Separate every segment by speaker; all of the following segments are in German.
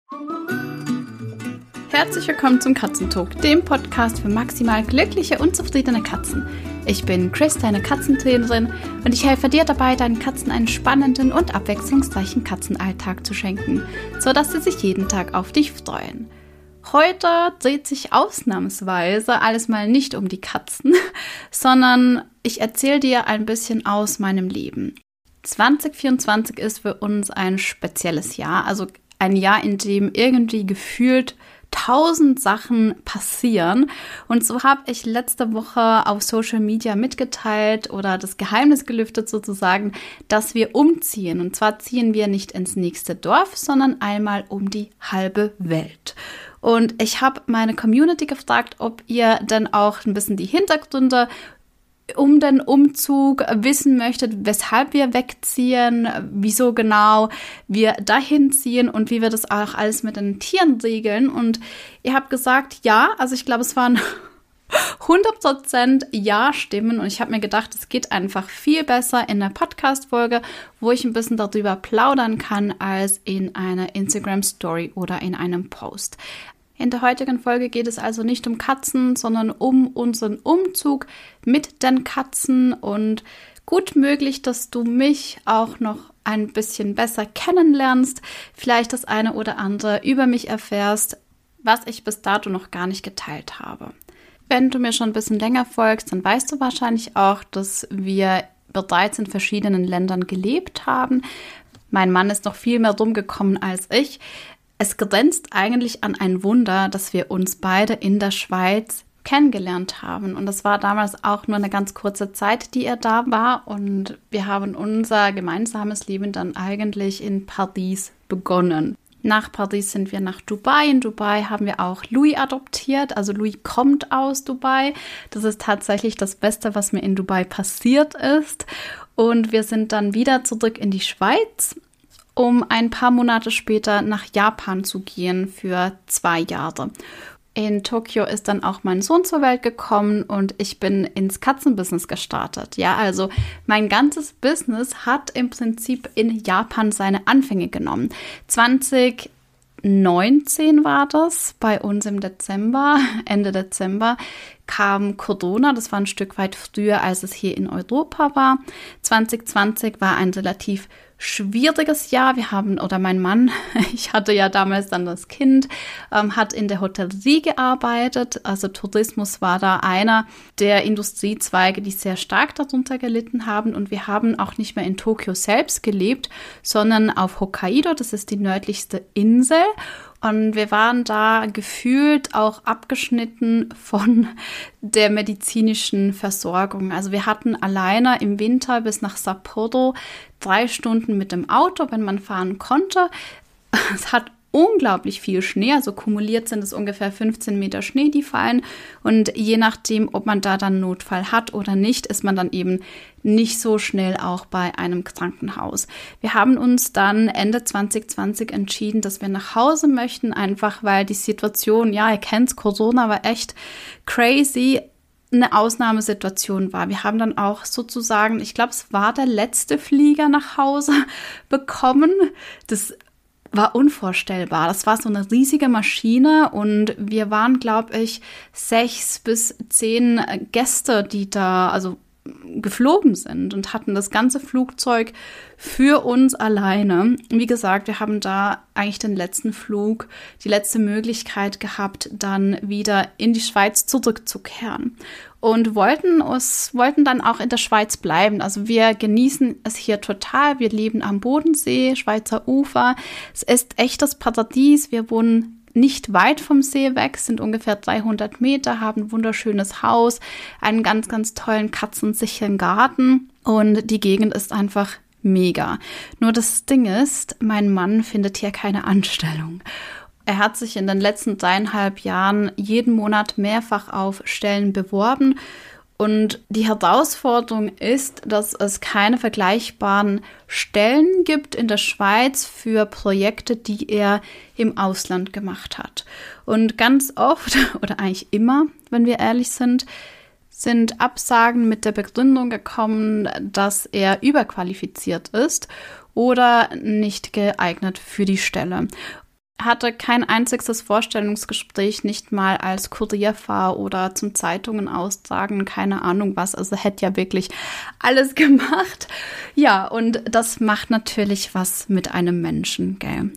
Speaker 1: Herzlich willkommen zum Katzentalk, dem Podcast für maximal glückliche und zufriedene Katzen. Ich bin Chris, deine Katzentrainerin, und ich helfe dir dabei, deinen Katzen einen spannenden und abwechslungsreichen Katzenalltag zu schenken, sodass sie sich jeden Tag auf dich freuen. Heute dreht sich ausnahmsweise alles mal nicht um die Katzen, sondern ich erzähle dir ein bisschen aus meinem Leben. 2024 ist für uns ein spezielles Jahr, also ein Jahr, in dem irgendwie gefühlt 1000 Sachen passieren. Und so habe ich letzte Woche auf Social Media mitgeteilt oder das Geheimnis gelüftet sozusagen, dass wir umziehen. Und zwar ziehen wir nicht ins nächste Dorf, sondern einmal um die halbe Welt. Und ich habe meine Community gefragt, ob ihr denn auch ein bisschen die Hintergründe um den Umzug wissen möchtet, weshalb wir wegziehen, wieso genau wir dahin ziehen und wie wir das auch alles mit den Tieren regeln. Und ihr habt gesagt, ja, also ich glaube, es waren 100% Ja-Stimmen, und ich habe mir gedacht, es geht einfach viel besser in einer Podcast-Folge, wo ich ein bisschen darüber plaudern kann, als in einer Instagram-Story oder in einem Post. In der heutigen Folge geht es also nicht um Katzen, sondern um unseren Umzug mit den Katzen, und gut möglich, dass du mich auch noch ein bisschen besser kennenlernst, vielleicht das eine oder andere über mich erfährst, was ich bis dato noch gar nicht geteilt habe. Wenn du mir schon ein bisschen länger folgst, dann weißt du wahrscheinlich auch, dass wir bereits in verschiedenen Ländern gelebt haben. Mein Mann ist noch viel mehr rumgekommen als ich. Es grenzt eigentlich an ein Wunder, dass wir uns beide in der Schweiz kennengelernt haben. Und das war damals auch nur eine ganz kurze Zeit, die er da war. Und wir haben unser gemeinsames Leben dann eigentlich in Paris begonnen. Nach Paris sind wir nach Dubai. In Dubai haben wir auch Louis adoptiert. Also Louis kommt aus Dubai. Das ist tatsächlich das Beste, was mir in Dubai passiert ist. Und wir sind dann wieder zurück in die Schweiz, um ein paar Monate später nach Japan zu gehen für 2 Jahre. In Tokio ist dann auch mein Sohn zur Welt gekommen und ich bin ins Katzenbusiness gestartet. Ja, also mein ganzes Business hat im Prinzip in Japan seine Anfänge genommen. 2019 war das, bei uns im Dezember, Ende Dezember, kam Corona. Das war ein Stück weit früher, als es hier in Europa war. 2020 war ein relativ schwieriges Jahr. Mein Mann, ich hatte ja damals dann das Kind, hat in der Hotellerie gearbeitet. Also Tourismus war da einer der Industriezweige, die sehr stark darunter gelitten haben. Und wir haben auch nicht mehr in Tokio selbst gelebt, sondern auf Hokkaido. Das ist die nördlichste Insel. Und wir waren da gefühlt auch abgeschnitten von der medizinischen Versorgung. Also wir hatten alleine im Winter bis nach Sapporo 3 Stunden mit dem Auto, wenn man fahren konnte. Es hat unglaublich viel Schnee, also kumuliert sind es ungefähr 15 Meter Schnee, die fallen. Und je nachdem, ob man da dann Notfall hat oder nicht, ist man dann eben nicht so schnell auch bei einem Krankenhaus. Wir haben uns dann Ende 2020 entschieden, dass wir nach Hause möchten, einfach weil die Situation, ja, ihr kennt's, Corona war echt crazy, eine Ausnahmesituation war. Wir haben dann auch sozusagen, ich glaube, es war der letzte Flieger nach Hause bekommen. Das war unvorstellbar. Das war so eine riesige Maschine und wir waren, glaube ich, 6 bis 10 Gäste, die da also geflogen sind und hatten das ganze Flugzeug für uns alleine. Wie gesagt, wir haben da eigentlich den letzten Flug, die letzte Möglichkeit gehabt, dann wieder in die Schweiz zurückzukehren. Und wollten dann auch in der Schweiz bleiben. Also wir genießen es hier total. Wir leben am Bodensee, Schweizer Ufer. Es ist echtes Paradies. Wir wohnen nicht weit vom See weg, sind ungefähr 300 Meter, haben ein wunderschönes Haus, einen ganz, ganz tollen katzensicheren Garten und die Gegend ist einfach mega. Nur das Ding ist, mein Mann findet hier keine Anstellung. Er hat sich in den letzten 3,5 Jahren jeden Monat mehrfach auf Stellen beworben. Und die Herausforderung ist, dass es keine vergleichbaren Stellen gibt in der Schweiz für Projekte, die er im Ausland gemacht hat. Und ganz oft, oder eigentlich immer, wenn wir ehrlich sind Absagen mit der Begründung gekommen, dass er überqualifiziert ist oder nicht geeignet für die Stelle. hatte kein einziges Vorstellungsgespräch, nicht mal als Kurierfahrer oder zum Zeitungen aussagen, keine Ahnung was. Also hätte ja wirklich alles gemacht. Ja, und das macht natürlich was mit einem Menschen, gell?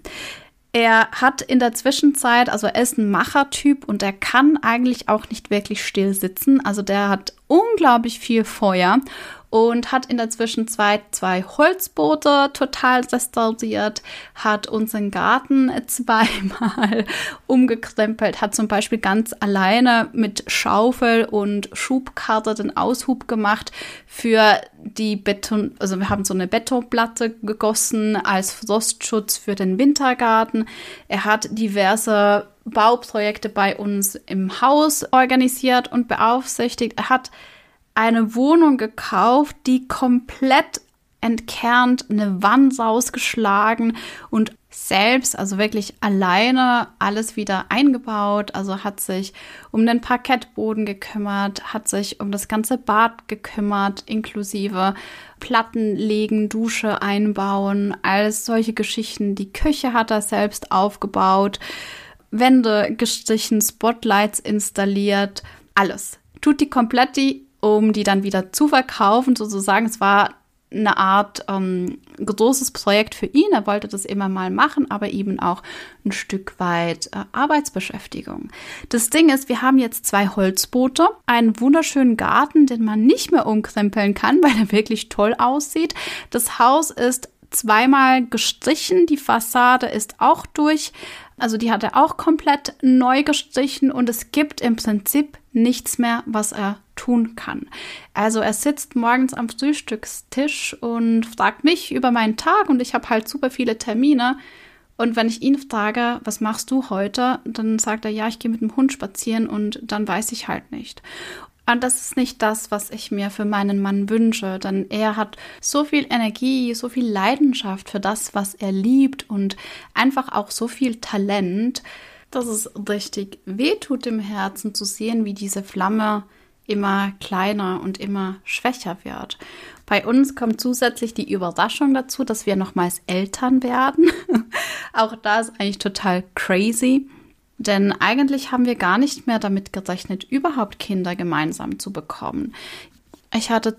Speaker 1: Er hat in der Zwischenzeit, also er ist ein Machertyp und er kann eigentlich auch nicht wirklich still sitzen. Also der hat unglaublich viel Feuer und hat in der Zwischenzeit 2 Holzboote total restauriert, hat unseren Garten zweimal umgekrempelt, hat zum Beispiel ganz alleine mit Schaufel und Schubkarre den Aushub gemacht für die Beton, also wir haben so eine Betonplatte gegossen als Frostschutz für den Wintergarten. Er hat diverse Bauprojekte bei uns im Haus organisiert und beaufsichtigt. Er hat eine Wohnung gekauft, die komplett entkernt, eine Wand rausgeschlagen und selbst, also wirklich alleine, alles wieder eingebaut. Also hat sich um den Parkettboden gekümmert, hat sich um das ganze Bad gekümmert, inklusive Platten legen, Dusche einbauen, alles solche Geschichten. Die Küche hat er selbst aufgebaut, Wände gestrichen, Spotlights installiert, alles. Tutti kompletti, um die dann wieder zu verkaufen, sozusagen. Es war eine Art großes Projekt für ihn. Er wollte das immer mal machen, aber eben auch ein Stück weit Arbeitsbeschäftigung. Das Ding ist, wir haben jetzt 2 Holzboote, einen wunderschönen Garten, den man nicht mehr umkrempeln kann, weil er wirklich toll aussieht. Das Haus ist 2-mal gestrichen, die Fassade ist auch durch. Also die hat er auch komplett neu gestrichen und es gibt im Prinzip nichts mehr, was er tun kann. Also er sitzt morgens am Frühstückstisch und fragt mich über meinen Tag und ich habe halt super viele Termine. Und wenn ich ihn frage, was machst du heute, dann sagt er, ja, ich gehe mit dem Hund spazieren und dann weiß ich halt nicht. Und das ist nicht das, was ich mir für meinen Mann wünsche, denn er hat so viel Energie, so viel Leidenschaft für das, was er liebt und einfach auch so viel Talent, dass es richtig wehtut im Herzen zu sehen, wie diese Flamme immer kleiner und immer schwächer wird. Bei uns kommt zusätzlich die Überraschung dazu, dass wir nochmals Eltern werden. Auch da ist eigentlich total crazy. Denn eigentlich haben wir gar nicht mehr damit gerechnet, überhaupt Kinder gemeinsam zu bekommen. Ich hatte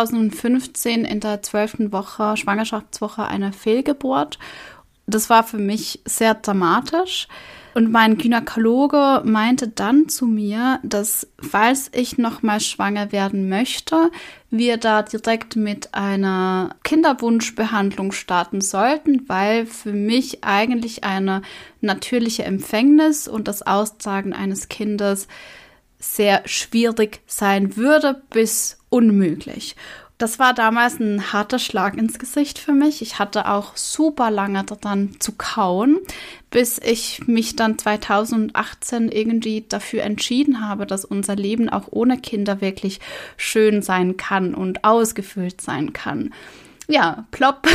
Speaker 1: 2015 in der 12. Woche, Schwangerschaftswoche, eine Fehlgeburt. Das war für mich sehr dramatisch. Und mein Gynäkologe meinte dann zu mir, dass falls ich nochmal schwanger werden möchte, wir da direkt mit einer Kinderwunschbehandlung starten sollten, weil für mich eigentlich eine natürliche Empfängnis und das Austragen eines Kindes sehr schwierig sein würde bis unmöglich. Das war damals ein harter Schlag ins Gesicht für mich. Ich hatte auch super lange daran zu kauen, bis ich mich dann 2018 irgendwie dafür entschieden habe, dass unser Leben auch ohne Kinder wirklich schön sein kann und ausgefüllt sein kann. Ja, plopp,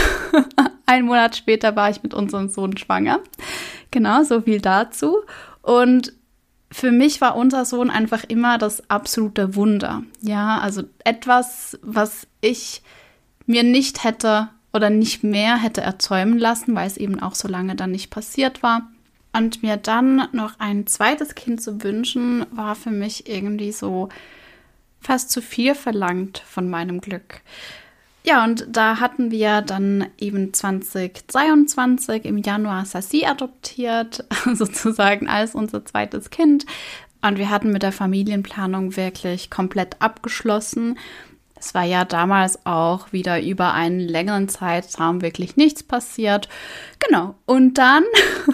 Speaker 1: 1 Monat später war ich mit unserem Sohn schwanger. Genau, so viel dazu. Und für mich war unser Sohn einfach immer das absolute Wunder. Ja, also etwas, was ich mir nicht hätte oder nicht mehr hätte erzäumen lassen, weil es eben auch so lange dann nicht passiert war. Und mir dann noch ein zweites Kind zu wünschen, war für mich irgendwie so fast zu viel verlangt von meinem Glück. Ja, und da hatten wir dann eben 2023 im Januar Sassi adoptiert, sozusagen als unser zweites Kind. Und wir hatten mit der Familienplanung wirklich komplett abgeschlossen. Es war ja damals auch wieder über einen längeren Zeitraum wirklich nichts passiert. Genau, und dann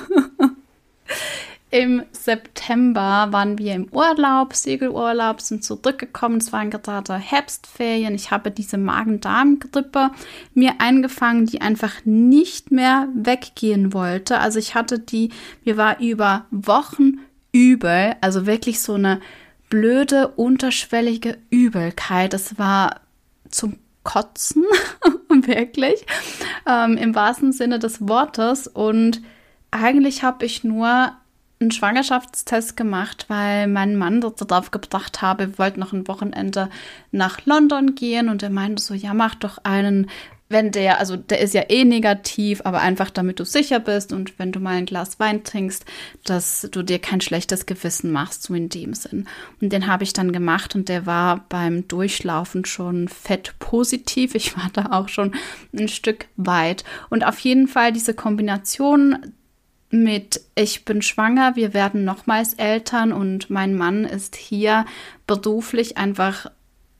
Speaker 1: im September waren wir im Urlaub, Segelurlaub, sind zurückgekommen. Es waren gerade Herbstferien. Ich habe diese Magen-Darm-Grippe mir eingefangen, die einfach nicht mehr weggehen wollte. Also ich hatte mir war über Wochen übel, also wirklich so eine blöde, unterschwellige Übelkeit. Es war zum Kotzen, wirklich, im wahrsten Sinne des Wortes. Und eigentlich habe ich nur einen Schwangerschaftstest gemacht, weil mein Mann darauf gebracht habe, wir wollten noch ein Wochenende nach London gehen und er meinte so, ja, mach doch einen der ist ja eh negativ, aber einfach damit du sicher bist und wenn du mal ein Glas Wein trinkst, dass du dir kein schlechtes Gewissen machst, so in dem Sinn. Und den habe ich dann gemacht und der war beim Durchlaufen schon fettpositiv. Ich war da auch schon ein Stück weit. Und auf jeden Fall diese Kombination mit ich bin schwanger, wir werden nochmals Eltern und mein Mann ist hier beruflich einfach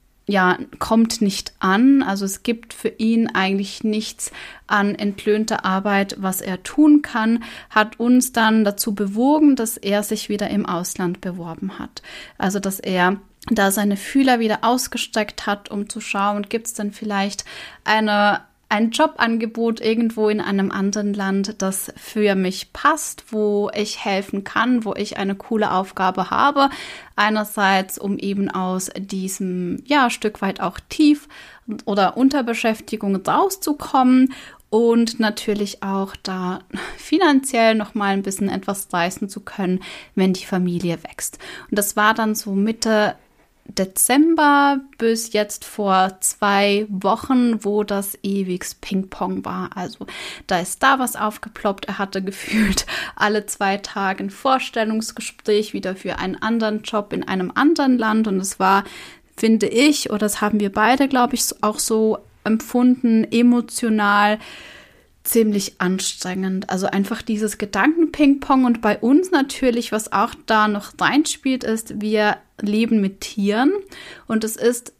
Speaker 1: kommt nicht an. Also es gibt für ihn eigentlich nichts an entlöhnter Arbeit, was er tun kann, hat uns dann dazu bewogen, dass er sich wieder im Ausland beworben hat. Also dass er da seine Fühler wieder ausgestreckt hat, um zu schauen, gibt es denn vielleicht ein Jobangebot irgendwo in einem anderen Land, das für mich passt, wo ich helfen kann, wo ich eine coole Aufgabe habe. Einerseits, um eben aus diesem, Stück weit auch Tief- oder Unterbeschäftigung rauszukommen und natürlich auch da finanziell nochmal ein bisschen etwas leisten zu können, wenn die Familie wächst. Und das war dann so Mitte Dezember bis jetzt vor 2 Wochen, wo das ewigst Ping-Pong war. Also da ist da was aufgeploppt. Er hatte gefühlt alle 2 Tage ein Vorstellungsgespräch wieder für einen anderen Job in einem anderen Land. Und es war, finde ich, oder das haben wir beide, glaube ich, auch so empfunden, emotional ziemlich anstrengend. Also einfach dieses Gedanken-Ping-Pong und bei uns natürlich, was auch da noch reinspielt, ist, wir leben mit Tieren und es ist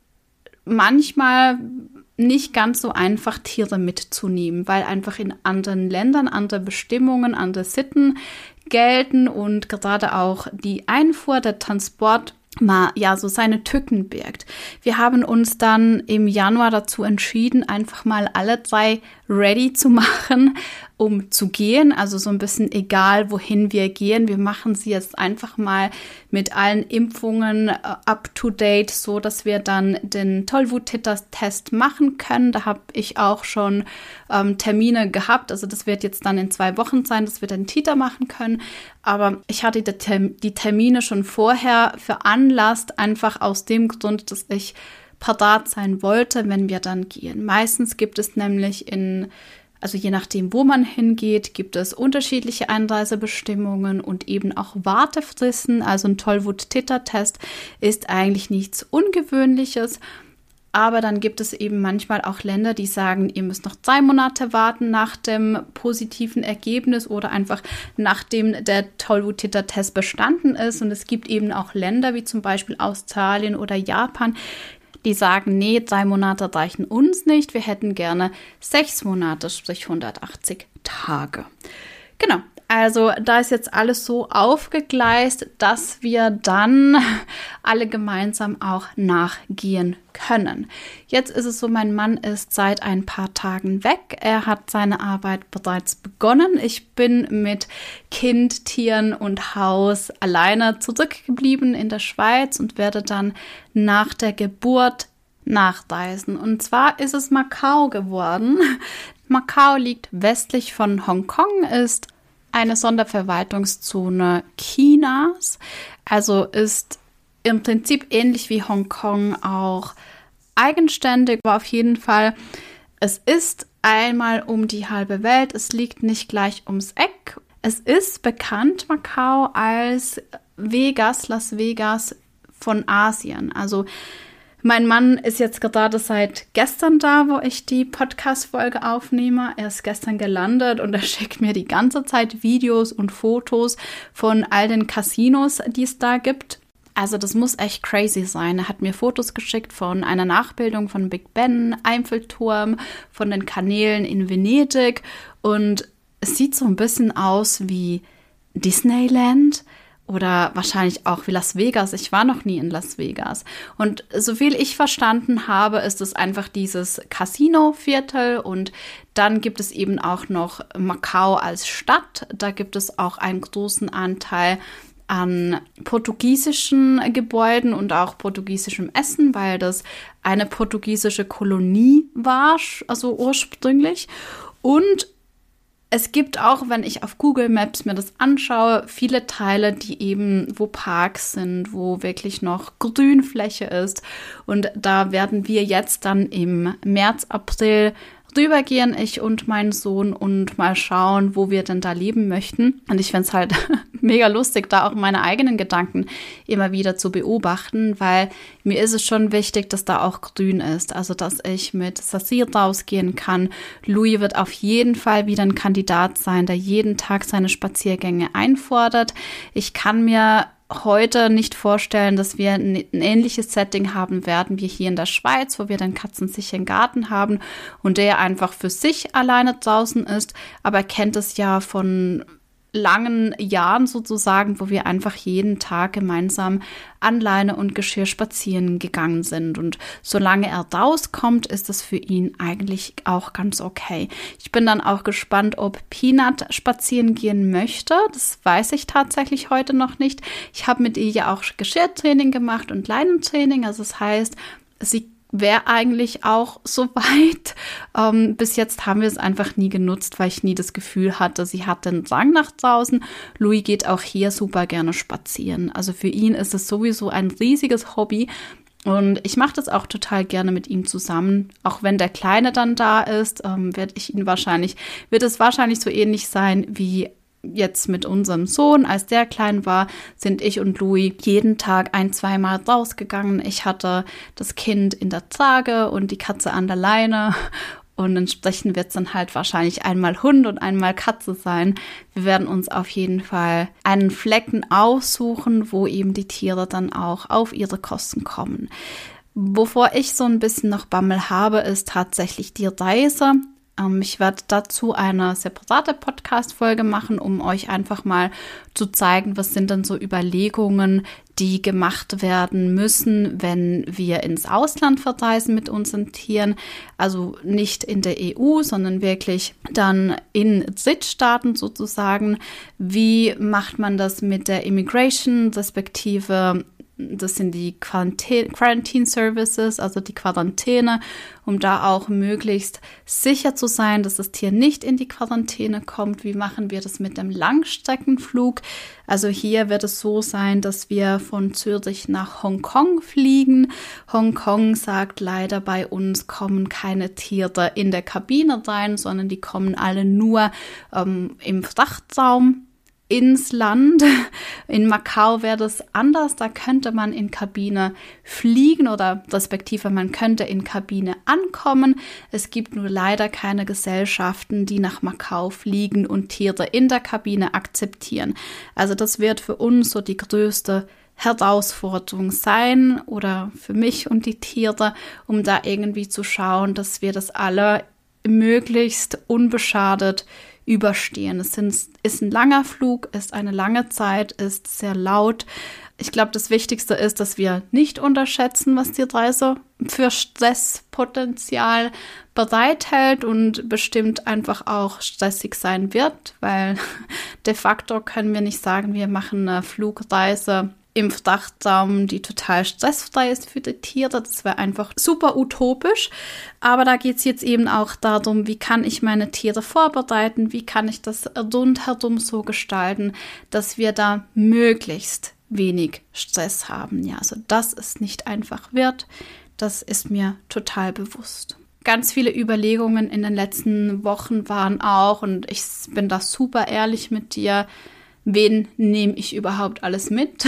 Speaker 1: manchmal nicht ganz so einfach, Tiere mitzunehmen, weil einfach in anderen Ländern andere Bestimmungen, andere Sitten gelten und gerade auch die Einfuhr, der Transport so seine Tücken birgt. Wir haben uns dann im Januar dazu entschieden, einfach mal alle 3 ready zu machen, um zu gehen. Also so ein bisschen egal, wohin wir gehen. Wir machen sie jetzt einfach mal mit allen Impfungen up to date, so dass wir dann den Tollwut-Test machen können. Da habe ich auch schon Termine gehabt. Also das wird jetzt dann in 2 Wochen sein, dass wir den Titer machen können. Aber ich hatte die Termine schon vorher veranlasst, einfach aus dem Grund, dass ich parat sein wollte, wenn wir dann gehen. Meistens gibt es nämlich also je nachdem, wo man hingeht, gibt es unterschiedliche Einreisebestimmungen und eben auch Wartefristen. Also ein Tollwut-Titer-Test ist eigentlich nichts Ungewöhnliches. Aber dann gibt es eben manchmal auch Länder, die sagen, ihr müsst noch 3 Monate warten nach dem positiven Ergebnis oder einfach nachdem der Tollwut-Titer-Test bestanden ist. Und es gibt eben auch Länder wie zum Beispiel Australien oder Japan, die sagen, nee, 3 Monate reichen uns nicht. Wir hätten gerne 6 Monate, sprich 180 Tage. Genau. Also da ist jetzt alles so aufgegleist, dass wir dann alle gemeinsam auch nachgehen können. Jetzt ist es so, mein Mann ist seit ein paar Tagen weg. Er hat seine Arbeit bereits begonnen. Ich bin mit Kind, Tieren und Haus alleine zurückgeblieben in der Schweiz und werde dann nach der Geburt nachreisen. Und zwar ist es Macau geworden. Macau liegt westlich von Hongkong, ist eine Sonderverwaltungszone Chinas, also ist im Prinzip ähnlich wie Hongkong auch eigenständig, aber auf jeden Fall, es ist einmal um die halbe Welt, es liegt nicht gleich ums Eck. Es ist bekannt, Macau, als Las Vegas von Asien, also mein Mann ist jetzt gerade seit gestern da, wo ich die Podcast-Folge aufnehme. Er ist gestern gelandet und er schickt mir die ganze Zeit Videos und Fotos von all den Casinos, die es da gibt. Also das muss echt crazy sein. Er hat mir Fotos geschickt von einer Nachbildung von Big Ben, Eiffelturm, von den Kanälen in Venedig und es sieht so ein bisschen aus wie Disneyland. Oder wahrscheinlich auch wie Las Vegas. Ich war noch nie in Las Vegas. Und soviel ich verstanden habe, ist es einfach dieses Casino-Viertel. Und dann gibt es eben auch noch Macau als Stadt. Da gibt es auch einen großen Anteil an portugiesischen Gebäuden und auch portugiesischem Essen, weil das eine portugiesische Kolonie war, also ursprünglich. Und es gibt auch, wenn ich auf Google Maps mir das anschaue, viele Teile, wo Parks sind, wo wirklich noch Grünfläche ist. Und da werden wir jetzt dann im März, April rübergehen, ich und mein Sohn, und mal schauen, wo wir denn da leben möchten. Und ich finde es halt mega lustig, da auch meine eigenen Gedanken immer wieder zu beobachten, weil mir ist es schon wichtig, dass da auch grün ist. Also, dass ich mit Sasir rausgehen kann. Louis wird auf jeden Fall wieder ein Kandidat sein, der jeden Tag seine Spaziergänge einfordert. Ich kann mir heute nicht vorstellen, dass wir ein ähnliches Setting haben werden wie hier in der Schweiz, wo wir den katzensicheren Garten haben und der einfach für sich alleine draußen ist. Aber er kennt es ja von langen Jahren sozusagen, wo wir einfach jeden Tag gemeinsam an Leine und Geschirr spazieren gegangen sind. Und solange er rauskommt, ist das für ihn eigentlich auch ganz okay. Ich bin dann auch gespannt, ob Peanut spazieren gehen möchte. Das weiß ich tatsächlich heute noch nicht. Ich habe mit ihr ja auch Geschirrtraining gemacht und Leinentraining. Also das heißt, sie wäre eigentlich auch so weit. Bis jetzt haben wir es einfach nie genutzt, weil ich nie das Gefühl hatte, sie hat den Drang nach draußen. Louis geht auch hier super gerne spazieren. Also für ihn ist es sowieso ein riesiges Hobby. Und ich mache das auch total gerne mit ihm zusammen. Auch wenn der Kleine dann da ist, wird es wahrscheinlich so ähnlich sein wie jetzt mit unserem Sohn. Als der klein war, sind ich und Louis jeden Tag 1-2 Mal rausgegangen. Ich hatte das Kind in der Trage und die Katze an der Leine. Und entsprechend wird es dann halt wahrscheinlich einmal Hund und einmal Katze sein. Wir werden uns auf jeden Fall einen Flecken aussuchen, wo eben die Tiere dann auch auf ihre Kosten kommen. Wovor ich so ein bisschen noch Bammel habe, ist tatsächlich die Reise. Ich werde dazu eine separate Podcast-Folge machen, um euch einfach mal zu zeigen, was sind denn so Überlegungen, die gemacht werden müssen, wenn wir ins Ausland verreisen mit unseren Tieren. Also nicht in der EU, sondern wirklich dann in Drittstaaten sozusagen. Wie macht man das mit der Immigration, respektive das sind die Quarantine Services, also die Quarantäne, um da auch möglichst sicher zu sein, dass das Tier nicht in die Quarantäne kommt. Wie machen wir das mit dem Langstreckenflug? Also hier wird es so sein, dass wir von Zürich nach Hongkong fliegen. Hongkong sagt leider, bei uns kommen keine Tiere in der Kabine rein, sondern die kommen alle nur im Frachtraum ins Land. In Macau wäre das anders, da könnte man in Kabine fliegen oder respektive man könnte in Kabine ankommen. Es gibt nur leider keine Gesellschaften, die nach Macau fliegen und Tiere in der Kabine akzeptieren. Also das wird für uns so die größte Herausforderung sein oder für mich und die Tiere, um da irgendwie zu schauen, dass wir das alle möglichst unbeschadet überstehen. Es ist ein langer Flug, ist eine lange Zeit, ist sehr laut. Ich glaube, das Wichtigste ist, dass wir nicht unterschätzen, was die Reise für Stresspotenzial bereithält und bestimmt einfach auch stressig sein wird, weil de facto können wir nicht sagen, wir machen eine Flugreise im Frachtraum, die total stressfrei ist für die Tiere. Das wäre einfach super utopisch. Aber da geht es jetzt eben auch darum, wie kann ich meine Tiere vorbereiten, wie kann ich das rundherum so gestalten, dass wir da möglichst wenig Stress haben. Ja, also dass es nicht einfach wird, das ist mir total bewusst. Ganz viele Überlegungen in den letzten Wochen waren auch, und ich bin da super ehrlich mit dir, wen nehme ich überhaupt alles mit?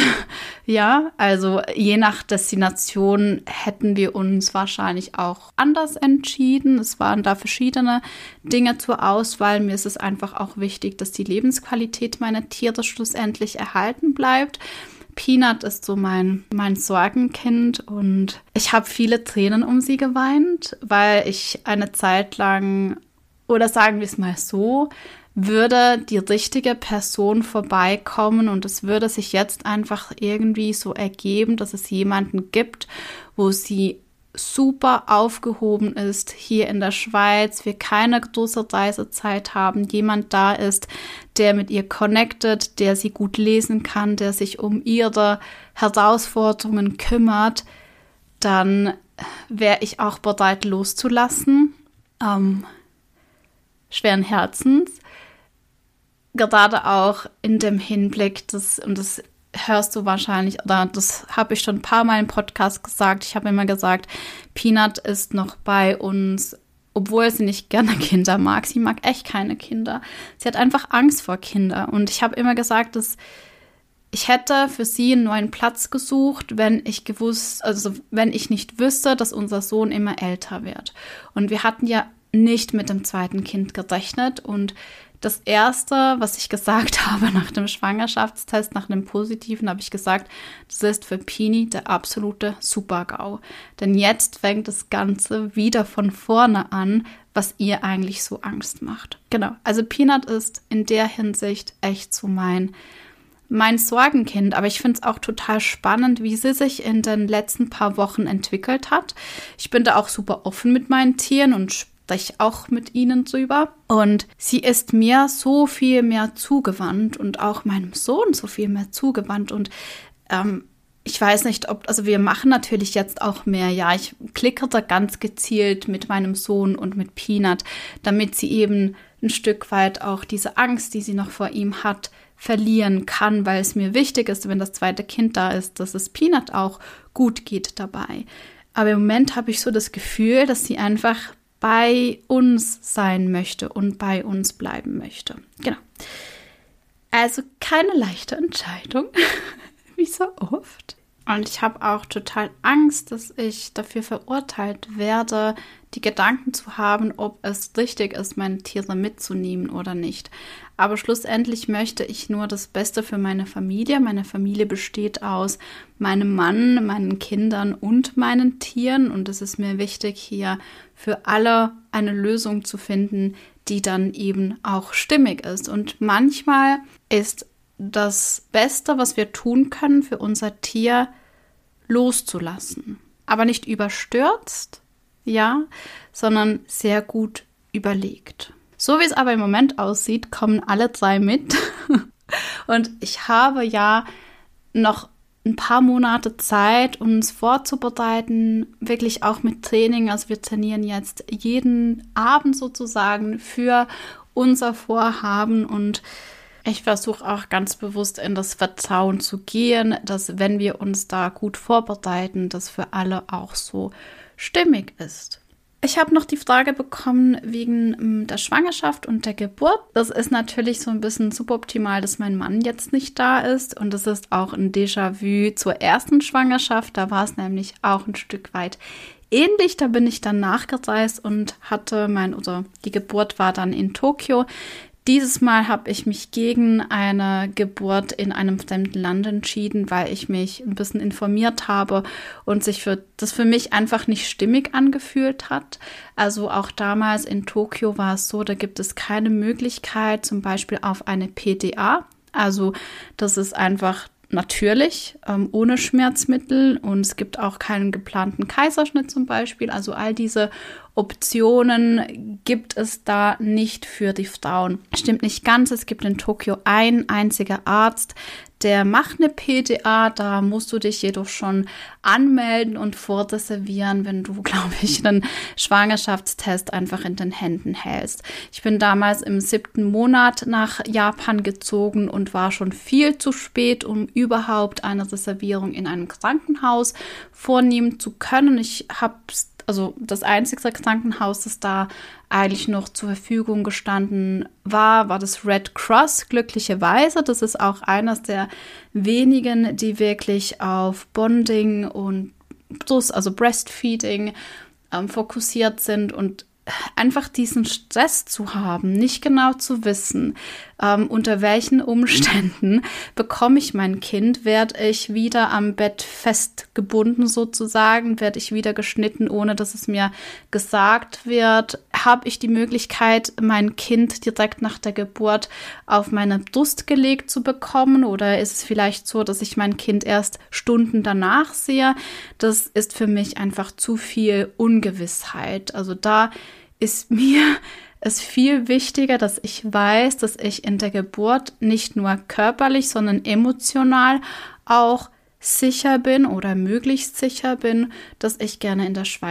Speaker 1: Ja, also je nach Destination hätten wir uns wahrscheinlich auch anders entschieden. Es waren da verschiedene Dinge zur Auswahl. Mir ist es einfach auch wichtig, dass die Lebensqualität meiner Tiere schlussendlich erhalten bleibt. Peanut ist so mein Sorgenkind und ich habe viele Tränen um sie geweint, weil ich eine Zeit lang, oder sagen wir es mal so, würde die richtige Person vorbeikommen und es würde sich jetzt einfach irgendwie so ergeben, dass es jemanden gibt, wo sie super aufgehoben ist hier in der Schweiz, wir keine große Reisezeit haben, jemand da ist, der mit ihr connected, der sie gut lesen kann, der sich um ihre Herausforderungen kümmert, dann wäre ich auch bereit loszulassen, schweren Herzens. Gerade auch in dem Hinblick, und das hörst du wahrscheinlich, oder das habe ich schon ein paar Mal im Podcast gesagt, ich habe immer gesagt, Peanut ist noch bei uns obwohl sie nicht gerne Kinder mag. Sie mag echt keine Kinder. Sie hat einfach Angst vor Kindern. Und ich habe immer gesagt, dass ich hätte für sie einen neuen Platz gesucht, wenn ich nicht wüsste, dass unser Sohn immer älter wird. Und wir hatten ja nicht mit dem zweiten Kind gerechnet. Und das Erste, was ich gesagt habe nach dem Schwangerschaftstest, nach dem Positiven, habe ich gesagt, das ist für Pini der absolute Super-GAU. Denn jetzt fängt das Ganze wieder von vorne an, was ihr eigentlich so Angst macht. Genau, also Peanut ist in der Hinsicht echt so mein Sorgenkind, aber ich finde es auch total spannend, wie sie sich in den letzten paar Wochen entwickelt hat. Ich bin da auch super offen mit meinen Tieren und spreche auch mit ihnen drüber. Und sie ist mir so viel mehr zugewandt und auch meinem Sohn so viel mehr zugewandt. Und ich weiß nicht, also wir machen natürlich jetzt auch mehr. Ja, ich klicke da ganz gezielt mit meinem Sohn und mit Peanut, damit sie eben ein Stück weit auch diese Angst, die sie noch vor ihm hat, verlieren kann, weil es mir wichtig ist, wenn das zweite Kind da ist, dass es Peanut auch gut geht dabei. Aber im Moment habe ich so das Gefühl, dass sie einfach bei uns sein möchte und bei uns bleiben möchte. Genau. Also keine leichte Entscheidung, wie so oft. Und ich habe auch total Angst, dass ich dafür verurteilt werde, die Gedanken zu haben, ob es richtig ist, meine Tiere mitzunehmen oder nicht. Aber schlussendlich möchte ich nur das Beste für meine Familie. Meine Familie besteht aus meinem Mann, meinen Kindern und meinen Tieren. Und es ist mir wichtig, hier für alle eine Lösung zu finden, die dann eben auch stimmig ist. Und manchmal ist das Beste, was wir tun können für unser Tier, loszulassen. Aber nicht überstürzt, ja, sondern sehr gut überlegt. So wie es aber im Moment aussieht, kommen alle 3 mit. Und ich habe ja noch ein paar Monate Zeit, uns vorzubereiten, wirklich auch mit Training. Also wir trainieren jetzt jeden Abend sozusagen für unser Vorhaben und ich versuche auch ganz bewusst in das Vertrauen zu gehen, dass wenn wir uns da gut vorbereiten, das für alle auch so stimmig ist. Ich habe noch die Frage bekommen wegen der Schwangerschaft und der Geburt. Das ist natürlich so ein bisschen suboptimal, dass mein Mann jetzt nicht da ist. Und das ist auch ein Déjà-vu zur ersten Schwangerschaft. Da war es nämlich auch ein Stück weit ähnlich. Da bin ich dann nachgereist und die Geburt war dann in Tokio. Dieses Mal habe ich mich gegen eine Geburt in einem fremden Land entschieden, weil ich mich ein bisschen informiert habe und sich das für mich einfach nicht stimmig angefühlt hat. Also auch damals in Tokio war es so, da gibt es keine Möglichkeit zum Beispiel auf eine PDA. Also das ist einfach natürlich, ohne Schmerzmittel und es gibt auch keinen geplanten Kaiserschnitt zum Beispiel. Also all diese Optionen gibt es da nicht für die Frauen. Stimmt nicht ganz, es gibt in Tokio ein einziger Arzt, der macht eine PDA, da musst du dich jedoch schon anmelden und vorreservieren, wenn du, glaube ich, einen Schwangerschaftstest einfach in den Händen hältst. Ich bin damals im 7. Monat nach Japan gezogen und war schon viel zu spät, um überhaupt eine Reservierung in einem Krankenhaus vornehmen zu können. Das einzige Krankenhaus, das da eigentlich noch zur Verfügung gestanden war das Red Cross, glücklicherweise. Das ist auch eines der wenigen, die wirklich auf Bonding und Breastfeeding fokussiert sind und einfach diesen Stress zu haben, nicht genau zu wissen, unter welchen Umständen bekomme ich mein Kind, werde ich wieder am Bett festgebunden sozusagen, werde ich wieder geschnitten, ohne dass es mir gesagt wird, habe ich die Möglichkeit, mein Kind direkt nach der Geburt auf meine Brust gelegt zu bekommen oder ist es vielleicht so, dass ich mein Kind erst Stunden danach sehe? Das ist für mich einfach zu viel Ungewissheit. Also da ist mir es viel wichtiger, dass ich weiß, dass ich in der Geburt nicht nur körperlich, sondern emotional auch sicher bin oder möglichst sicher bin, dass ich gerne in der Schweiz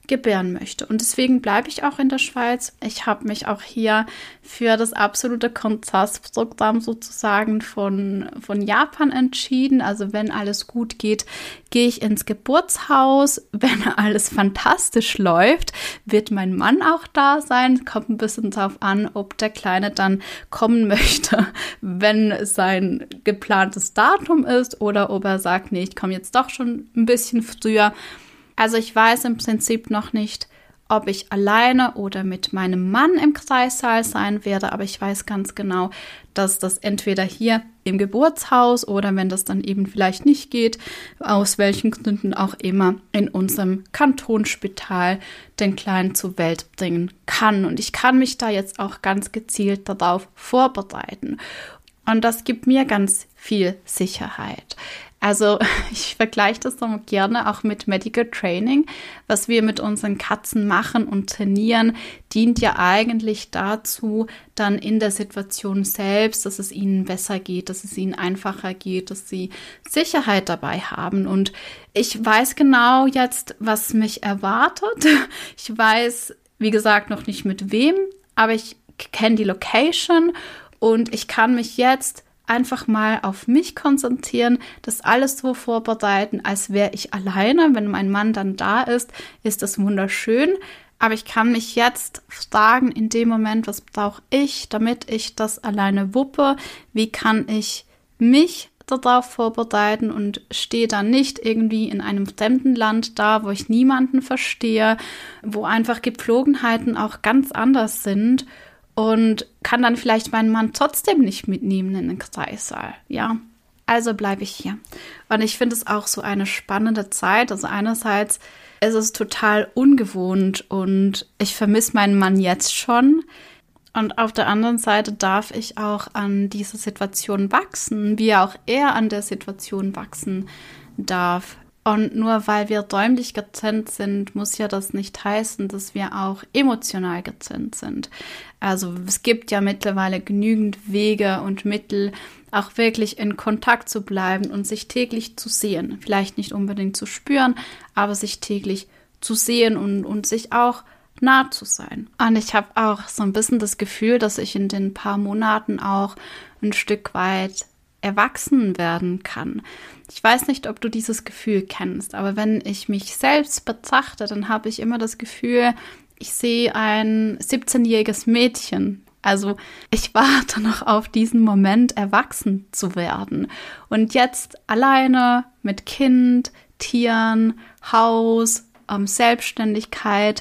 Speaker 1: gebären möchte. Und deswegen bleibe ich auch in der Schweiz. Ich habe mich auch hier für das absolute Kontrastprogramm sozusagen von Japan entschieden. Also wenn alles gut geht, gehe ich ins Geburtshaus. Wenn alles fantastisch läuft, wird mein Mann auch da sein. Kommt ein bisschen darauf an, ob der Kleine dann kommen möchte, wenn sein geplantes Datum ist oder ob er sagt, nee, ich komme jetzt doch schon ein bisschen früher. Also ich weiß im Prinzip noch nicht, ob ich alleine oder mit meinem Mann im Kreissaal sein werde, aber ich weiß ganz genau, dass das entweder hier im Geburtshaus oder wenn das dann eben vielleicht nicht geht, aus welchen Gründen auch immer, in unserem Kantonsspital den Kleinen zur Welt bringen kann. Und ich kann mich da jetzt auch ganz gezielt darauf vorbereiten. Und das gibt mir ganz viel Sicherheit. Also ich vergleiche das dann gerne auch mit Medical Training. Was wir mit unseren Katzen machen und trainieren, dient ja eigentlich dazu, dann in der Situation selbst, dass es ihnen besser geht, dass es ihnen einfacher geht, dass sie Sicherheit dabei haben. Und ich weiß genau jetzt, was mich erwartet. Ich weiß, wie gesagt, noch nicht mit wem, aber ich kenne die Location und ich kann mich jetzt einfach mal auf mich konzentrieren, das alles so vorbereiten, als wäre ich alleine. Wenn mein Mann dann da ist, ist das wunderschön. Aber ich kann mich jetzt fragen, in dem Moment, was brauche ich, damit ich das alleine wuppe? Wie kann ich mich darauf vorbereiten und stehe dann nicht irgendwie in einem fremden Land da, wo ich niemanden verstehe, wo einfach Gepflogenheiten auch ganz anders sind. Und kann dann vielleicht meinen Mann trotzdem nicht mitnehmen in den Kreissaal, ja. Also bleibe ich hier. Und ich finde es auch so eine spannende Zeit. Also einerseits ist es total ungewohnt und ich vermisse meinen Mann jetzt schon. Und auf der anderen Seite darf ich auch an dieser Situation wachsen, wie auch er an der Situation wachsen darf. Und nur weil wir räumlich getrennt sind, muss ja das nicht heißen, dass wir auch emotional getrennt sind. Also es gibt ja mittlerweile genügend Wege und Mittel, auch wirklich in Kontakt zu bleiben und sich täglich zu sehen. Vielleicht nicht unbedingt zu spüren, aber sich täglich zu sehen und sich auch nah zu sein. Und ich habe auch so ein bisschen das Gefühl, dass ich in den paar Monaten auch ein Stück weit erwachsen werden kann. Ich weiß nicht, ob du dieses Gefühl kennst, aber wenn ich mich selbst betrachte, dann habe ich immer das Gefühl, ich sehe ein 17-jähriges Mädchen. Also ich warte noch auf diesen Moment, erwachsen zu werden. Und jetzt alleine mit Kind, Tieren, Haus, Selbstständigkeit.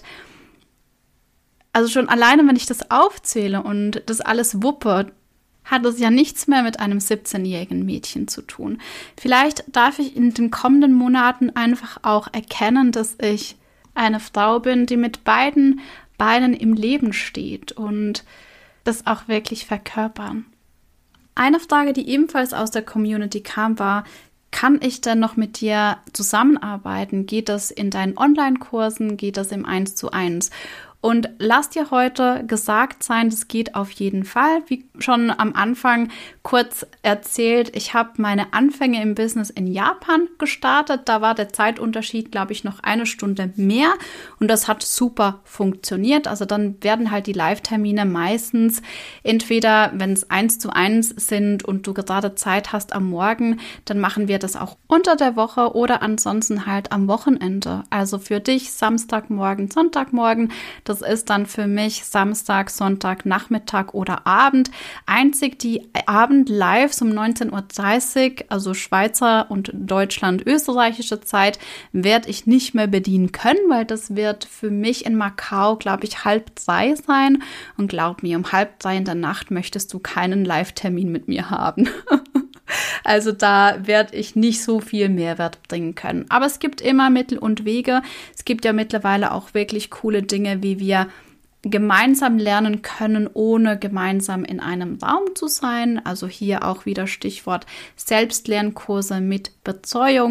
Speaker 1: Also schon alleine, wenn ich das aufzähle und das alles wuppe, hat es ja nichts mehr mit einem 17-jährigen Mädchen zu tun. Vielleicht darf ich in den kommenden Monaten einfach auch erkennen, dass ich eine Frau bin, die mit beiden Beinen im Leben steht und das auch wirklich verkörpern. Eine Frage, die ebenfalls aus der Community kam, war: Kann ich denn noch mit dir zusammenarbeiten? Geht das in deinen Online-Kursen? Geht das im 1:1? Und lass dir heute gesagt sein, das geht auf jeden Fall. Wie schon am Anfang kurz erzählt, ich habe meine Anfänge im Business in Japan gestartet. Da war der Zeitunterschied, glaube ich, noch 1 Stunde mehr. Und das hat super funktioniert. Also dann werden halt die Live-Termine meistens entweder, wenn es 1:1 sind und du gerade Zeit hast am Morgen, dann machen wir das auch unter der Woche oder ansonsten halt am Wochenende. Also für dich Samstagmorgen, Sonntagmorgen. Das ist dann für mich Samstag, Sonntag, Nachmittag oder Abend. Einzig die Abend-Lives um 19:30 Uhr, also Schweizer und Deutschland-österreichische Zeit, werde ich nicht mehr bedienen können, weil das wird für mich in Macau, glaube ich, 2:30 sein. Und glaub mir, um 2:30 in der Nacht möchtest du keinen Live-Termin mit mir haben. Also da werde ich nicht so viel Mehrwert bringen können. Aber es gibt immer Mittel und Wege. Es gibt ja mittlerweile auch wirklich coole Dinge, wie wir gemeinsam lernen können, ohne gemeinsam in einem Raum zu sein. Also hier auch wieder Stichwort Selbstlernkurse mit Betreuung.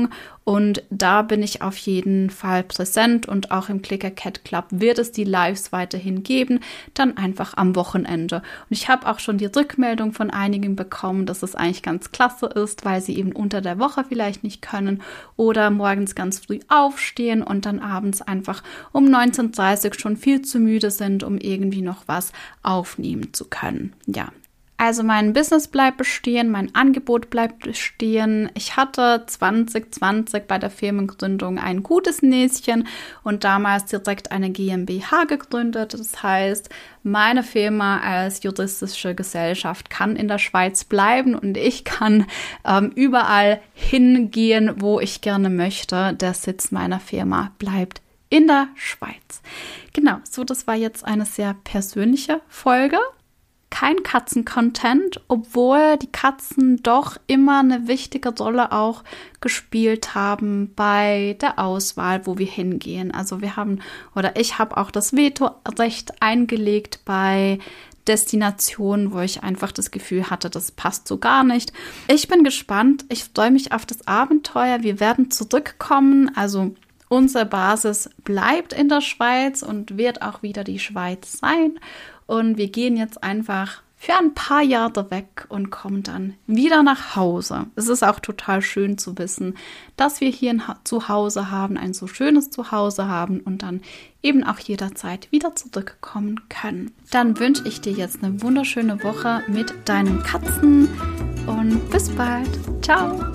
Speaker 1: Und da bin ich auf jeden Fall präsent und auch im Clicker Cat Club wird es die Lives weiterhin geben, dann einfach am Wochenende. Und ich habe auch schon die Rückmeldung von einigen bekommen, dass es eigentlich ganz klasse ist, weil sie eben unter der Woche vielleicht nicht können oder morgens ganz früh aufstehen und dann abends einfach um 19:30 Uhr schon viel zu müde sind, um irgendwie noch was aufnehmen zu können. Ja. Also mein Business bleibt bestehen, mein Angebot bleibt bestehen. Ich hatte 2020 bei der Firmengründung ein gutes Näschen und damals direkt eine GmbH gegründet. Das heißt, meine Firma als juristische Gesellschaft kann in der Schweiz bleiben und ich kann überall hingehen, wo ich gerne möchte. Der Sitz meiner Firma bleibt in der Schweiz. Genau, so das war jetzt eine sehr persönliche Folge. Kein Katzen-Content, obwohl die Katzen doch immer eine wichtige Rolle auch gespielt haben bei der Auswahl, wo wir hingehen. Also ich habe auch das Vetorecht eingelegt bei Destinationen, wo ich einfach das Gefühl hatte, das passt so gar nicht. Ich bin gespannt, ich freue mich auf das Abenteuer. Wir werden zurückkommen, also unsere Basis bleibt in der Schweiz und wird auch wieder die Schweiz sein. Und wir gehen jetzt einfach für ein paar Jahre weg und kommen dann wieder nach Hause. Es ist auch total schön zu wissen, dass wir hier ein Zuhause haben, ein so schönes Zuhause haben und dann eben auch jederzeit wieder zurückkommen können. Dann wünsche ich dir jetzt eine wunderschöne Woche mit deinen Katzen und bis bald. Ciao!